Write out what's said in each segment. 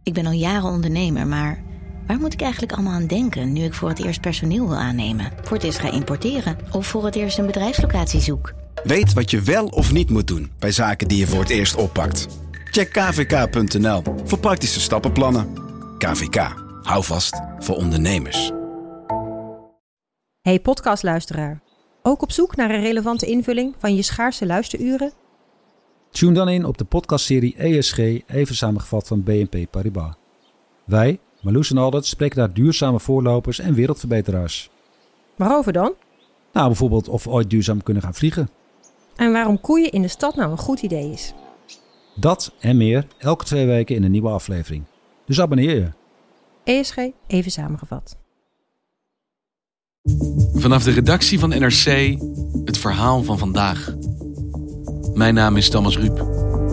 Ik ben al jaren ondernemer, maar waar moet ik eigenlijk allemaal aan denken nu ik voor het eerst personeel wil aannemen, voor het eerst ga importeren of voor het eerst een bedrijfslocatie zoek? Weet wat je wel of niet moet doen bij zaken die je voor het eerst oppakt. Check kvk.nl voor praktische stappenplannen. KVK, hou vast voor ondernemers. Hey podcastluisteraar, ook op zoek naar een relevante invulling van je schaarse luisteruren? Tune dan in op de podcastserie ESG, even samengevat van BNP Paribas. Wij, Marloes en Aldert, spreken daar duurzame voorlopers en wereldverbeteraars. Waarover dan? Nou, bijvoorbeeld of we ooit duurzaam kunnen gaan vliegen. En waarom koeien in de stad nou een goed idee is? Dat en meer elke 2 weken in een nieuwe aflevering. Dus abonneer je. ESG, even samengevat. Vanaf de redactie van NRC, het verhaal van vandaag. Mijn naam is Thomas Ruep.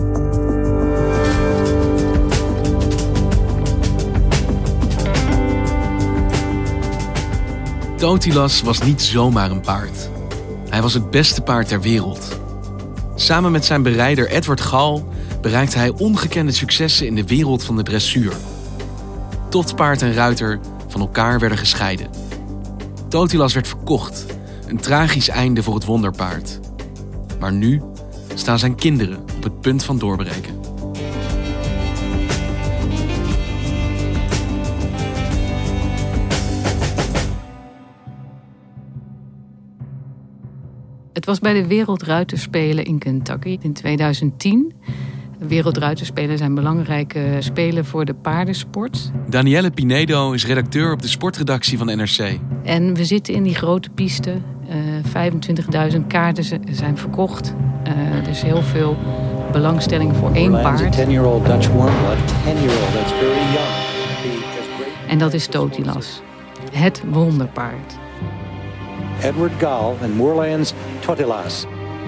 Totilas was niet zomaar een paard. Hij was het beste paard ter wereld. Samen met zijn berijder Edward Gal bereikte hij ongekende successen in de wereld van de dressuur. Tot paard en ruiter van elkaar werden gescheiden. Totilas werd verkocht, een tragisch einde voor het wonderpaard. Maar nu staan zijn kinderen op het punt van doorbreken. Het was bij de Wereldruiterspelen in Kentucky in 2010. De Wereldruiterspelen zijn belangrijke spelen voor de paardensport. Danielle Pinedo is redacteur op de sportredactie van NRC. En we zitten in die grote piste. 25.000 kaarten zijn verkocht. Er is heel veel belangstelling voor één paard. En dat is Totilas. Het wonderpaard. Edward Gal en Moorlands Totilas.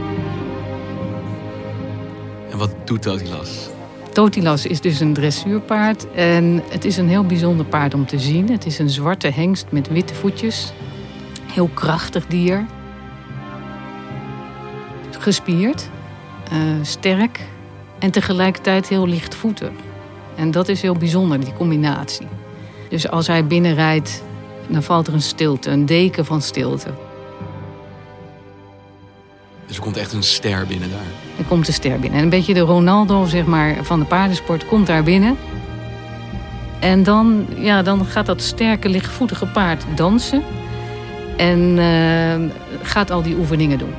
En wat doet Totilas? Totilas is dus een dressuurpaard en het is een heel bijzonder paard om te zien. Het is een zwarte hengst met witte voetjes. Heel krachtig dier. Gespierd, sterk en tegelijkertijd heel lichtvoetig. En dat is heel bijzonder, die combinatie. Dus als hij binnenrijdt, dan valt er een stilte, een deken van stilte. Dus er komt echt een ster binnen daar. Er komt een ster binnen. En een beetje de Ronaldo, zeg maar, van de paardensport komt daar binnen. En dan gaat dat sterke, lichtvoetige paard dansen. En gaat al die oefeningen doen.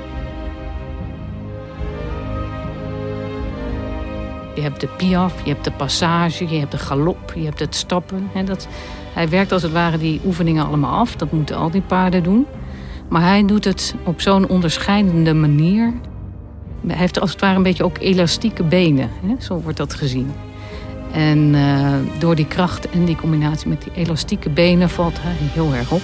Je hebt de piaf, je hebt de passage, je hebt de galop, je hebt het stappen. Hij werkt als het ware die oefeningen allemaal af. Dat moeten al die paarden doen. Maar hij doet het op zo'n onderscheidende manier. Hij heeft als het ware een beetje ook elastieke benen. Zo wordt dat gezien. En door die kracht en die combinatie met die elastieke benen valt hij heel erg op.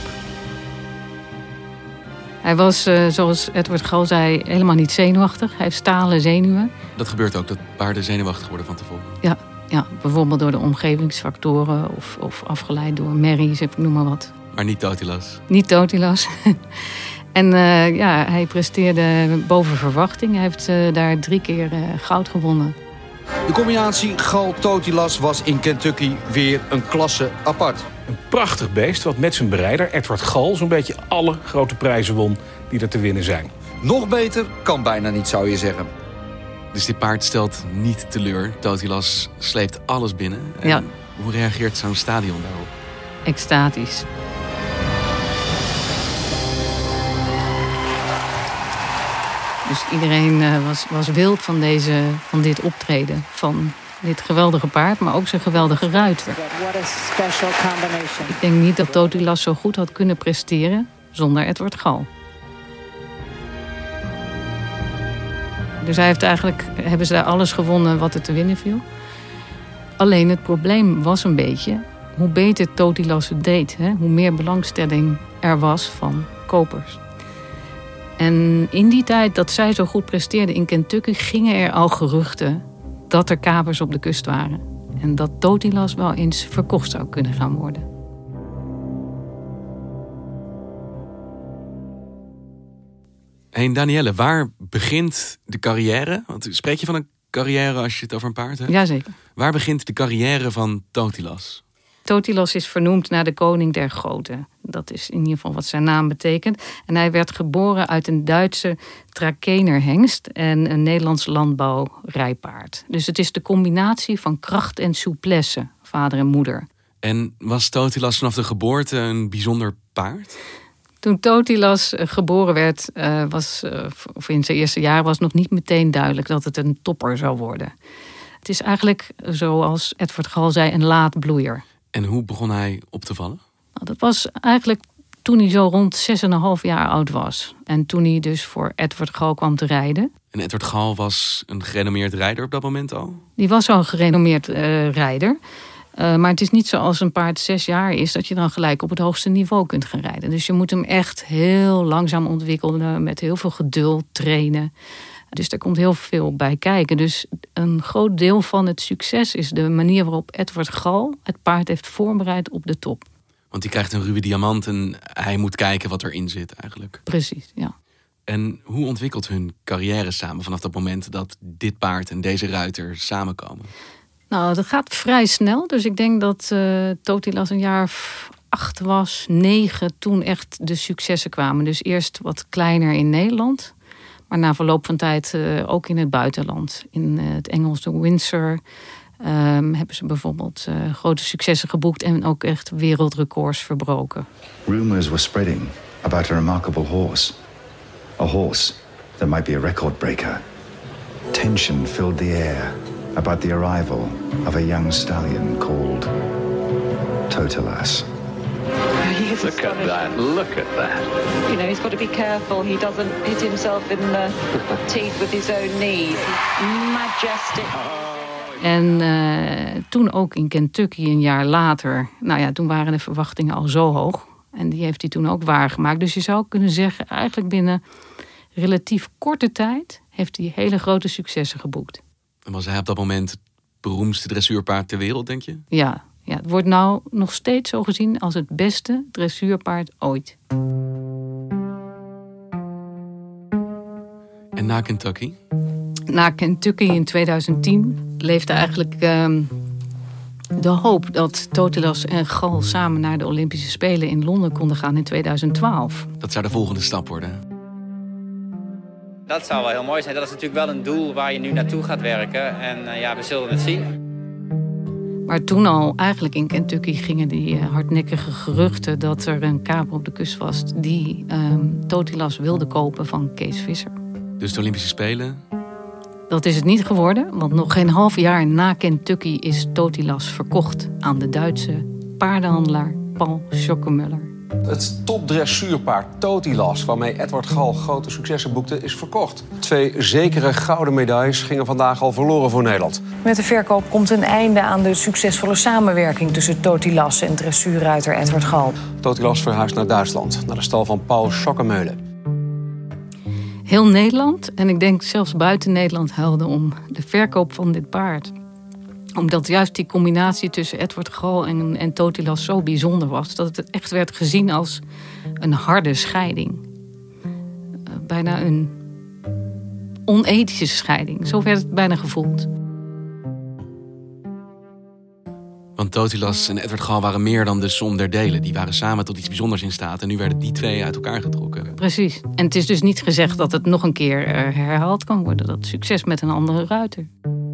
Hij was, zoals Edward Gal zei, helemaal niet zenuwachtig. Hij heeft stalen zenuwen. Dat gebeurt ook, dat paarden zenuwachtig worden van tevoren. Ja, bijvoorbeeld door de omgevingsfactoren of afgeleid door merries, ik noem maar wat. Maar niet Totilas. Niet Totilas. En hij presteerde boven verwachting. Hij heeft daar 3 keer goud gewonnen. De combinatie Gal-Totilas was in Kentucky weer een klasse apart. Een prachtig beest wat met zijn berijder Edward Gal zo'n beetje alle grote prijzen won die er te winnen zijn. Nog beter kan bijna niet, zou je zeggen. Dus dit paard stelt niet teleur. Totilas sleept alles binnen. En ja. Hoe reageert zo'n stadion daarop? Extatisch. Dus iedereen was wild van dit optreden. Van dit geweldige paard, maar ook zijn geweldige ruiter. Ik denk niet dat Totilas zo goed had kunnen presteren zonder Edward Gal. Dus hebben ze daar alles gewonnen wat er te winnen viel. Alleen het probleem was een beetje hoe beter Totilas het deed. Hoe meer belangstelling er was van kopers. En in die tijd dat zij zo goed presteerde in Kentucky gingen er al geruchten dat er kapers op de kust waren. En dat Totilas wel eens verkocht zou kunnen gaan worden. Hey Danielle, waar begint de carrière? Want spreek je van een carrière als je het over een paard hebt? Jazeker. Waar begint de carrière van Totilas? Totilas is vernoemd naar de koning der goten. Dat is in ieder geval wat zijn naam betekent. En hij werd geboren uit een Duitse Trakehnerhengst en een Nederlands landbouwrijpaard. Dus het is de combinatie van kracht en souplesse, vader en moeder. En was Totilas vanaf de geboorte een bijzonder paard? Toen Totilas geboren werd, of in zijn eerste jaar, was nog niet meteen duidelijk dat het een topper zou worden. Het is eigenlijk, zoals Edward Gal zei, een laatbloeier. En hoe begon hij op te vallen? Nou, dat was eigenlijk toen hij zo rond 6,5 jaar oud was. En toen hij dus voor Edward Gal kwam te rijden. En Edward Gal was een gerenommeerd rijder op dat moment al? Die was al een gerenommeerd rijder. Maar het is niet zoals een paard 6 jaar is, dat je dan gelijk op het hoogste niveau kunt gaan rijden. Dus je moet hem echt heel langzaam ontwikkelen, met heel veel geduld trainen. Dus daar komt heel veel bij kijken. Dus een groot deel van het succes is de manier waarop Edward Gal het paard heeft voorbereid op de top. Want die krijgt een ruwe diamant en hij moet kijken wat erin zit eigenlijk. Precies, ja. En hoe ontwikkelt hun carrière samen vanaf dat moment dat dit paard en deze ruiter samenkomen? Nou, dat gaat vrij snel. Dus ik denk dat Totilas een jaar 8 was, 9, toen echt de successen kwamen. Dus eerst wat kleiner in Nederland. Maar na verloop van tijd ook in het buitenland. In het Engelse Windsor hebben ze bijvoorbeeld grote successen geboekt en ook echt wereldrecords verbroken. Rumors were spreading about a remarkable horse. A horse that might be a record breaker. Tension filled the air about the arrival of a young stallion called Totilas. Look at that, look at that. You know, he's got to be careful he doesn't hit himself in the teeth with his own knees. Majestic. En toen ook in Kentucky een jaar later, nou ja, toen waren de verwachtingen al zo hoog. En die heeft hij toen ook waargemaakt. Dus je zou kunnen zeggen, eigenlijk binnen relatief korte tijd heeft hij hele grote successen geboekt. En was hij op dat moment het beroemdste dressuurpaard ter wereld, denk je? Ja, het wordt nou nog steeds zo gezien als het beste dressuurpaard ooit. En na Kentucky? Na Kentucky in 2010 leefde eigenlijk de hoop dat Totilas en Gal samen naar de Olympische Spelen in Londen konden gaan in 2012. Dat zou de volgende stap worden. Dat zou wel heel mooi zijn. Dat is natuurlijk wel een doel waar je nu naartoe gaat werken. En we zullen het zien. Maar toen al, eigenlijk in Kentucky, gingen die hardnekkige geruchten dat er een kaper op de kust was die Totilas wilde kopen van Kees Visser. Dus de Olympische Spelen? Dat is het niet geworden, want nog geen half jaar na Kentucky is Totilas verkocht aan de Duitse paardenhandelaar Paul Schockemöller. Het topdressuurpaard Totilas, waarmee Edward Gal grote successen boekte, is verkocht. 2 zekere gouden medailles gingen vandaag al verloren voor Nederland. Met de verkoop komt een einde aan de succesvolle samenwerking tussen Totilas en dressuurruiter Edward Gal. Totilas verhuist naar Duitsland, naar de stal van Paul Schockemöller. Heel Nederland, en ik denk zelfs buiten Nederland, huilde om de verkoop van dit paard. Omdat juist die combinatie tussen Edward Gal en Totilas zo bijzonder was, dat het echt werd gezien als een harde scheiding. Bijna een onethische scheiding. Zo werd het bijna gevoeld. Want Totilas en Edward Gal waren meer dan de som der delen. Die waren samen tot iets bijzonders in staat. En nu werden die 2 uit elkaar getrokken. Precies. En het is dus niet gezegd dat het nog een keer herhaald kan worden. Dat succes met een andere ruiter.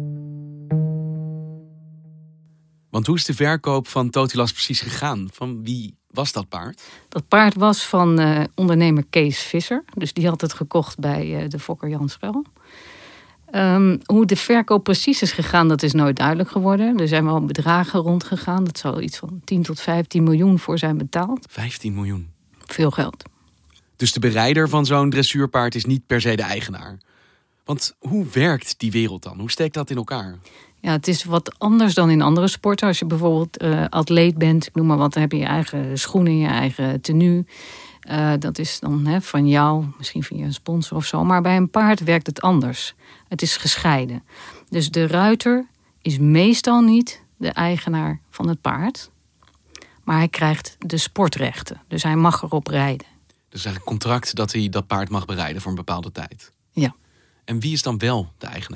Want hoe is de verkoop van Totilas precies gegaan? Van wie was dat paard? Dat paard was van ondernemer Kees Visser. Dus die had het gekocht bij de fokker Jan Schel. Hoe de verkoop precies is gegaan, dat is nooit duidelijk geworden. Er zijn wel bedragen rondgegaan. Dat zou iets van 10 tot 15 miljoen voor zijn betaald. 15 miljoen? Veel geld. Dus de berijder van zo'n dressuurpaard is niet per se de eigenaar. Want hoe werkt die wereld dan? Hoe steekt dat in elkaar? Ja, het is wat anders dan in andere sporten. Als je bijvoorbeeld atleet bent, ik noem maar wat, dan heb je je eigen schoenen, je eigen tenue. Dat is dan van jou, misschien via een sponsor of zo. Maar bij een paard werkt het anders. Het is gescheiden. Dus de ruiter is meestal niet de eigenaar van het paard. Maar hij krijgt de sportrechten. Dus hij mag erop rijden. Dus eigenlijk een contract dat hij dat paard mag berijden voor een bepaalde tijd. Ja. En wie is dan wel de eigenaar?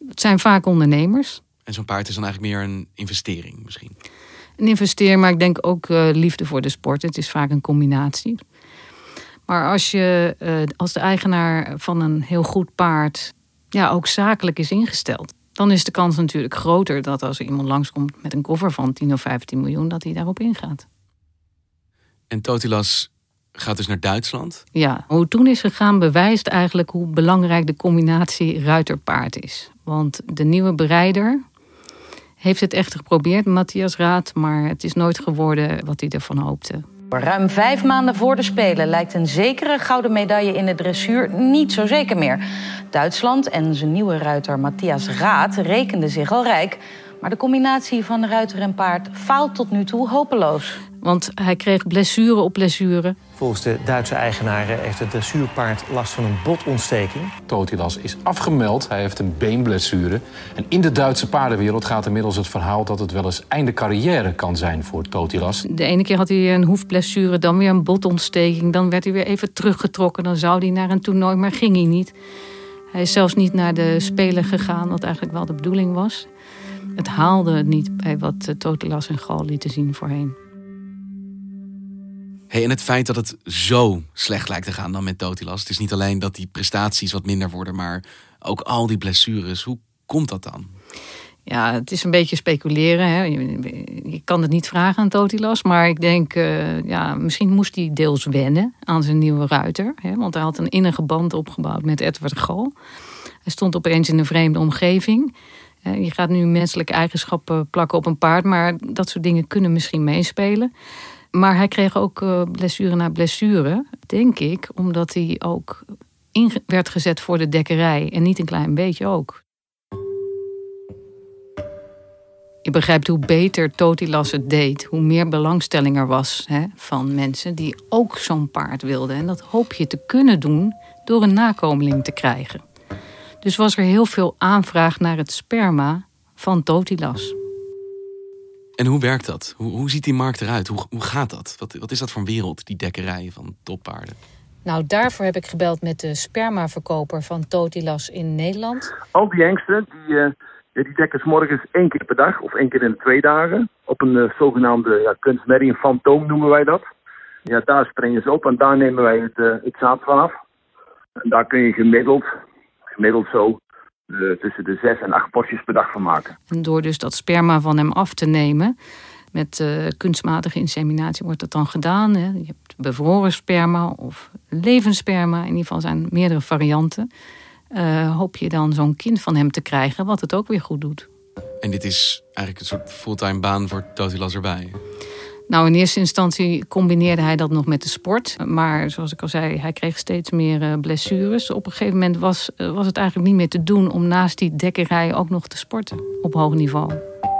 Het zijn vaak ondernemers. En zo'n paard is dan eigenlijk meer een investering misschien? Een investering, maar ik denk ook liefde voor de sport. Het is vaak een combinatie. Maar als de eigenaar van een heel goed paard ook zakelijk is ingesteld, dan is de kans natuurlijk groter dat als er iemand langskomt met een koffer van 10 of 15 miljoen, dat hij daarop ingaat. En Totilas gaat dus naar Duitsland? Ja, hoe het toen is gegaan bewijst eigenlijk hoe belangrijk de combinatie ruiter-paard is. Want de nieuwe berijder heeft het echt geprobeerd, Matthias Raad, maar het is nooit geworden wat hij ervan hoopte. Ruim 5 maanden voor de Spelen lijkt een zekere gouden medaille in de dressuur niet zo zeker meer. Duitsland en zijn nieuwe ruiter Matthias Raad rekenden zich al rijk. Maar de combinatie van ruiter en paard faalt tot nu toe hopeloos. Want hij kreeg blessure op blessure. Volgens de Duitse eigenaren heeft het dressuurpaard last van een botontsteking. Totilas is afgemeld, hij heeft een beenblessure. En in de Duitse paardenwereld gaat inmiddels het verhaal dat het wel eens einde carrière kan zijn voor Totilas. De ene keer had hij een hoefblessure, dan weer een botontsteking. Dan werd hij weer even teruggetrokken, dan zou hij naar een toernooi, maar ging hij niet. Hij is zelfs niet naar de Spelen gegaan, wat eigenlijk wel de bedoeling was. Het haalde niet bij wat Totilas en Gal lieten zien voorheen. Hey, en het feit dat het zo slecht lijkt te gaan dan met Totilas. Het is niet alleen dat die prestaties wat minder worden, maar ook al die blessures. Hoe komt dat dan? Ja, het is een beetje speculeren. Hè. Je kan het niet vragen aan Totilas. Maar ik denk, misschien moest hij deels wennen aan zijn nieuwe ruiter. Hè, want hij had een innige band opgebouwd met Edward Gal. Hij stond opeens in een vreemde omgeving. Je gaat nu menselijke eigenschappen plakken op een paard. Maar dat soort dingen kunnen misschien meespelen. Maar hij kreeg ook blessure na blessure, denk ik. Omdat hij ook werd gezet voor de dekkerij. En niet een klein beetje ook. Je begrijpt hoe beter Totilas het deed. Hoe meer belangstelling er was van mensen die ook zo'n paard wilden. En dat hoop je te kunnen doen door een nakomeling te krijgen. Dus was er heel veel aanvraag naar het sperma van Totilas. En hoe werkt dat? Hoe ziet die markt eruit? Hoe gaat dat? Wat is dat voor een wereld, die dekkerij van toppaarden? Nou, daarvoor heb ik gebeld met de spermaverkoper van Totilas in Nederland. Al die hengsten, die dekken 's morgens 1 keer per dag of 1 keer in de 2 dagen. Op een zogenaamde kunstmerrie, een fantoom noemen wij dat. Ja, daar springen ze op en daar nemen wij het zaad vanaf. En daar kun je gemiddeld zo tussen de 6 en 8 porties per dag van maken. En door dus dat sperma van hem af te nemen, met kunstmatige inseminatie wordt dat dan gedaan. Hè. Je hebt bevroren sperma of levenssperma. In ieder geval zijn meerdere varianten. Hoop je dan zo'n kind van hem te krijgen, wat het ook weer goed doet. En dit is eigenlijk een soort fulltime baan voor Totilas erbij? Nou, in eerste instantie combineerde hij dat nog met de sport. Maar zoals ik al zei, hij kreeg steeds meer blessures. Op een gegeven moment was het eigenlijk niet meer te doen om naast die dekkerij ook nog te sporten op hoog niveau.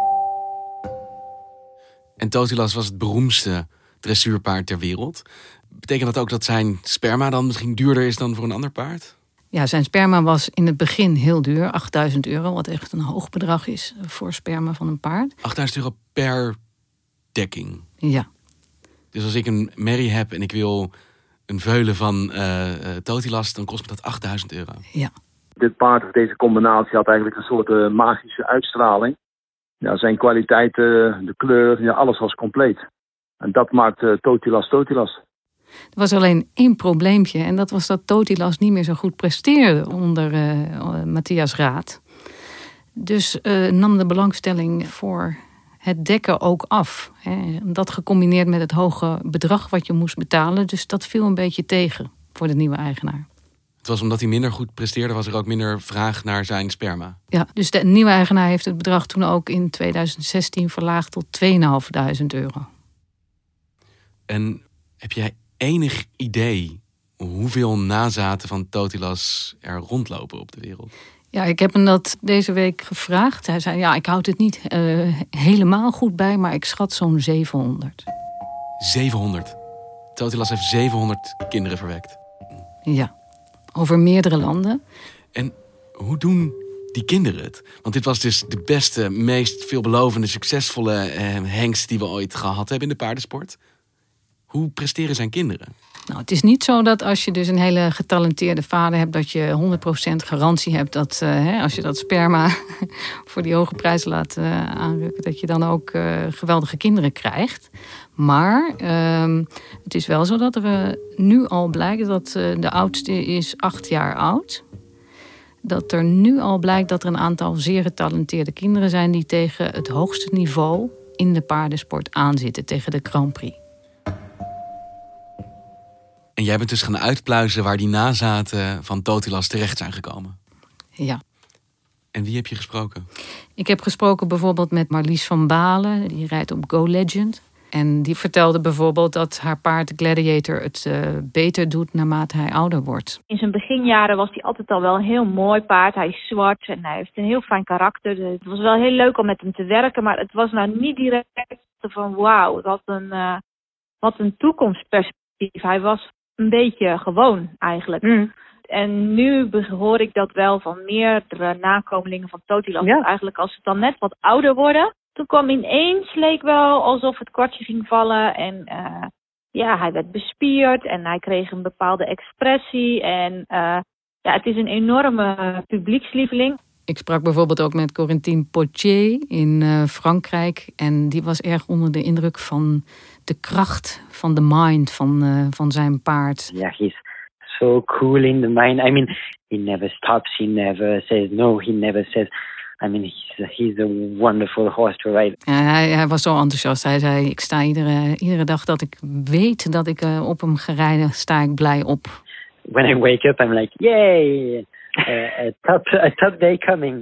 En Totilas was het beroemdste dressuurpaard ter wereld. Betekent dat ook dat zijn sperma dan misschien duurder is dan voor een ander paard? Ja, zijn sperma was in het begin heel duur. €8.000, wat echt een hoog bedrag is voor sperma van een paard. €8.000 per dekking? Ja. Dus als ik een merrie heb en ik wil een veulen van Totilas, dan kost me dat €8.000. Ja. Dit paard, of deze combinatie, had eigenlijk een soort magische uitstraling. Ja, zijn kwaliteiten, de kleur, alles was compleet. En dat maakt Totilas Totilas. Er was alleen 1 probleempje. En dat was dat Totilas niet meer zo goed presteerde onder Matthias Raad. Dus nam de belangstelling voor het dekken ook af. Hè. Dat gecombineerd met het hoge bedrag wat je moest betalen. Dus dat viel een beetje tegen voor de nieuwe eigenaar. Het was omdat hij minder goed presteerde, was er ook minder vraag naar zijn sperma. Ja, dus de nieuwe eigenaar heeft het bedrag toen ook in 2016 verlaagd tot €2.500. En heb jij enig idee hoeveel nazaten van Totilas er rondlopen op de wereld? Ja, ik heb hem dat deze week gevraagd. Hij zei, ik houd het niet helemaal goed bij, maar ik schat zo'n 700. 700? Totilas heeft 700 kinderen verwekt. Ja, over meerdere landen. En hoe doen die kinderen het? Want dit was dus de beste, meest veelbelovende, succesvolle hengst die we ooit gehad hebben in de paardensport. Hoe presteren zijn kinderen? Nou, het is niet zo dat als je dus een hele getalenteerde vader hebt, dat je 100% garantie hebt dat als je dat sperma voor die hoge prijs laat aanrukken, dat je dan ook geweldige kinderen krijgt. Maar het is wel zo dat er nu al blijkt dat de oudste is 8 jaar oud. Dat er nu al blijkt dat er een aantal zeer getalenteerde kinderen zijn die tegen het hoogste niveau in de paardensport aanzitten, tegen de Grand Prix. En jij bent dus gaan uitpluizen waar die nazaten van Totilas terecht zijn gekomen. Ja. En wie heb je gesproken? Ik heb gesproken bijvoorbeeld met Marlies van Balen. Die rijdt op Go Legend. En die vertelde bijvoorbeeld dat haar paard Gladiator het beter doet naarmate hij ouder wordt. In zijn beginjaren was hij altijd al wel een heel mooi paard. Hij is zwart en hij heeft een heel fijn karakter. Het was wel heel leuk om met hem te werken. Maar het was nou niet direct van wauw, wat een toekomstperspectief. Hij was een beetje gewoon eigenlijk. En nu hoor ik dat wel van meerdere nakomelingen van Totilas. Ja. Eigenlijk als ze dan net wat ouder worden. Toen kwam ineens, leek wel alsof het kwartje ging vallen. En hij werd bespierd en hij kreeg een bepaalde expressie. En het is een enorme publiekslieveling. Ik sprak bijvoorbeeld ook met Corentin Potier in Frankrijk. En die was erg onder de indruk van de kracht van de mind van zijn paard. Ja, he's so cool in the mind. I mean, he never stops, he never says no, he never says... I mean, he's a wonderful horse to ride. Hij was zo enthousiast. Hij zei, ik sta iedere dag dat ik weet dat ik op hem ga rijden, sta ik blij op. When I wake up, I'm like, yay! A top day coming.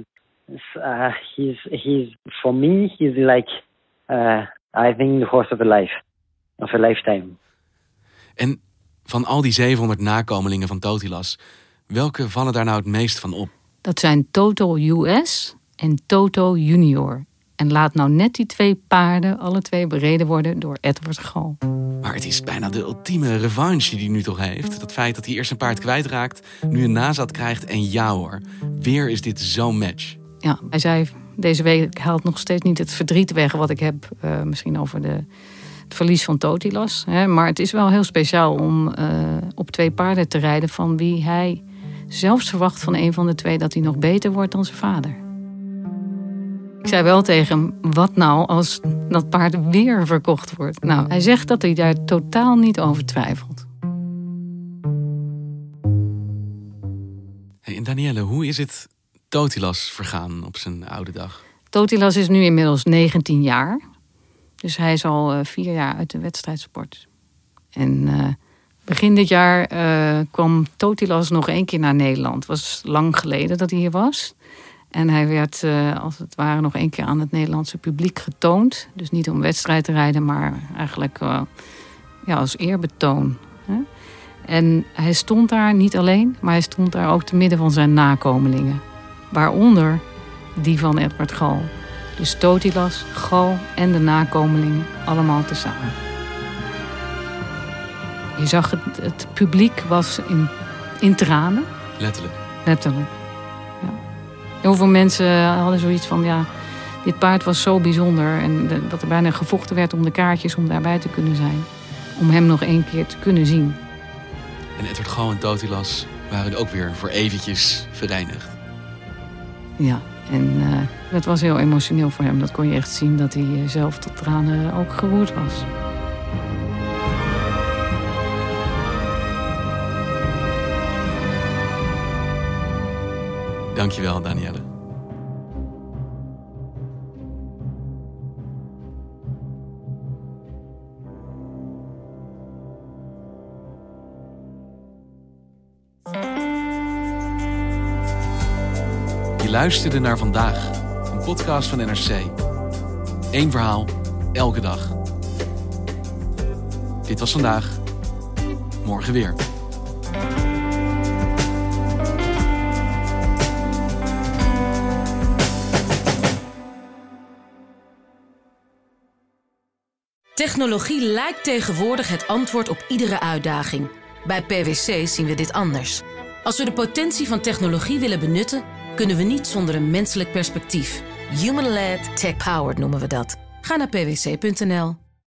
He's for me, he's like, I think the horse of a lifetime. En van al die 700 nakomelingen van Totilas, welke vallen daar nou het meest van op? Dat zijn Toto US en Toto Junior. En laat nou net die 2 paarden alle 2 bereden worden door Edward Gal. Maar het is bijna de ultieme revanche die hij nu toch heeft. Dat feit dat hij eerst een paard kwijtraakt, nu een nazat krijgt en ja hoor. Weer is dit zo'n match. Ja, hij zei deze week haalt nog steeds niet het verdriet weg wat ik heb. Misschien over het verlies van Totilas. Maar het is wel heel speciaal om op 2 paarden te rijden van wie hij zelfs verwacht van een van de 2 dat hij nog beter wordt dan zijn vader. Ik zei wel tegen hem, wat nou als dat paard weer verkocht wordt? Nou, hij zegt dat hij daar totaal niet over twijfelt. Hey, en Danielle, hoe is het Totilas vergaan op zijn oude dag? Totilas is nu inmiddels 19 jaar. Dus hij is al 4 jaar uit de wedstrijdsport. En begin dit jaar kwam Totilas nog 1 keer naar Nederland. Het was lang geleden dat hij hier was. En hij werd als het ware nog 1 keer aan het Nederlandse publiek getoond. Dus niet om wedstrijd te rijden, maar eigenlijk als eerbetoon. En hij stond daar niet alleen, maar hij stond daar ook te midden van zijn nakomelingen. Waaronder die van Edward Gal. Dus Totilas, Gal en de nakomelingen allemaal tezamen. Je zag het publiek was in tranen. Letterlijk. Letterlijk. Ja. Heel veel mensen hadden zoiets van, ja, dit paard was zo bijzonder. En dat er bijna gevochten werd om de kaartjes om daarbij te kunnen zijn. Om hem nog 1 keer te kunnen zien. En Edward Gal en Totilas waren ook weer voor eventjes verenigd. Ja, en dat was heel emotioneel voor hem. Dat kon je echt zien dat hij zelf tot tranen ook geroerd was. Dankjewel, Danielle. Je luisterde naar Vandaag, een podcast van NRC. 1 verhaal, elke dag. Dit was Vandaag, morgen weer. Technologie lijkt tegenwoordig het antwoord op iedere uitdaging. Bij PwC zien we dit anders. Als we de potentie van technologie willen benutten, kunnen we niet zonder een menselijk perspectief. Human-led, tech-powered noemen we dat. Ga naar pwc.nl.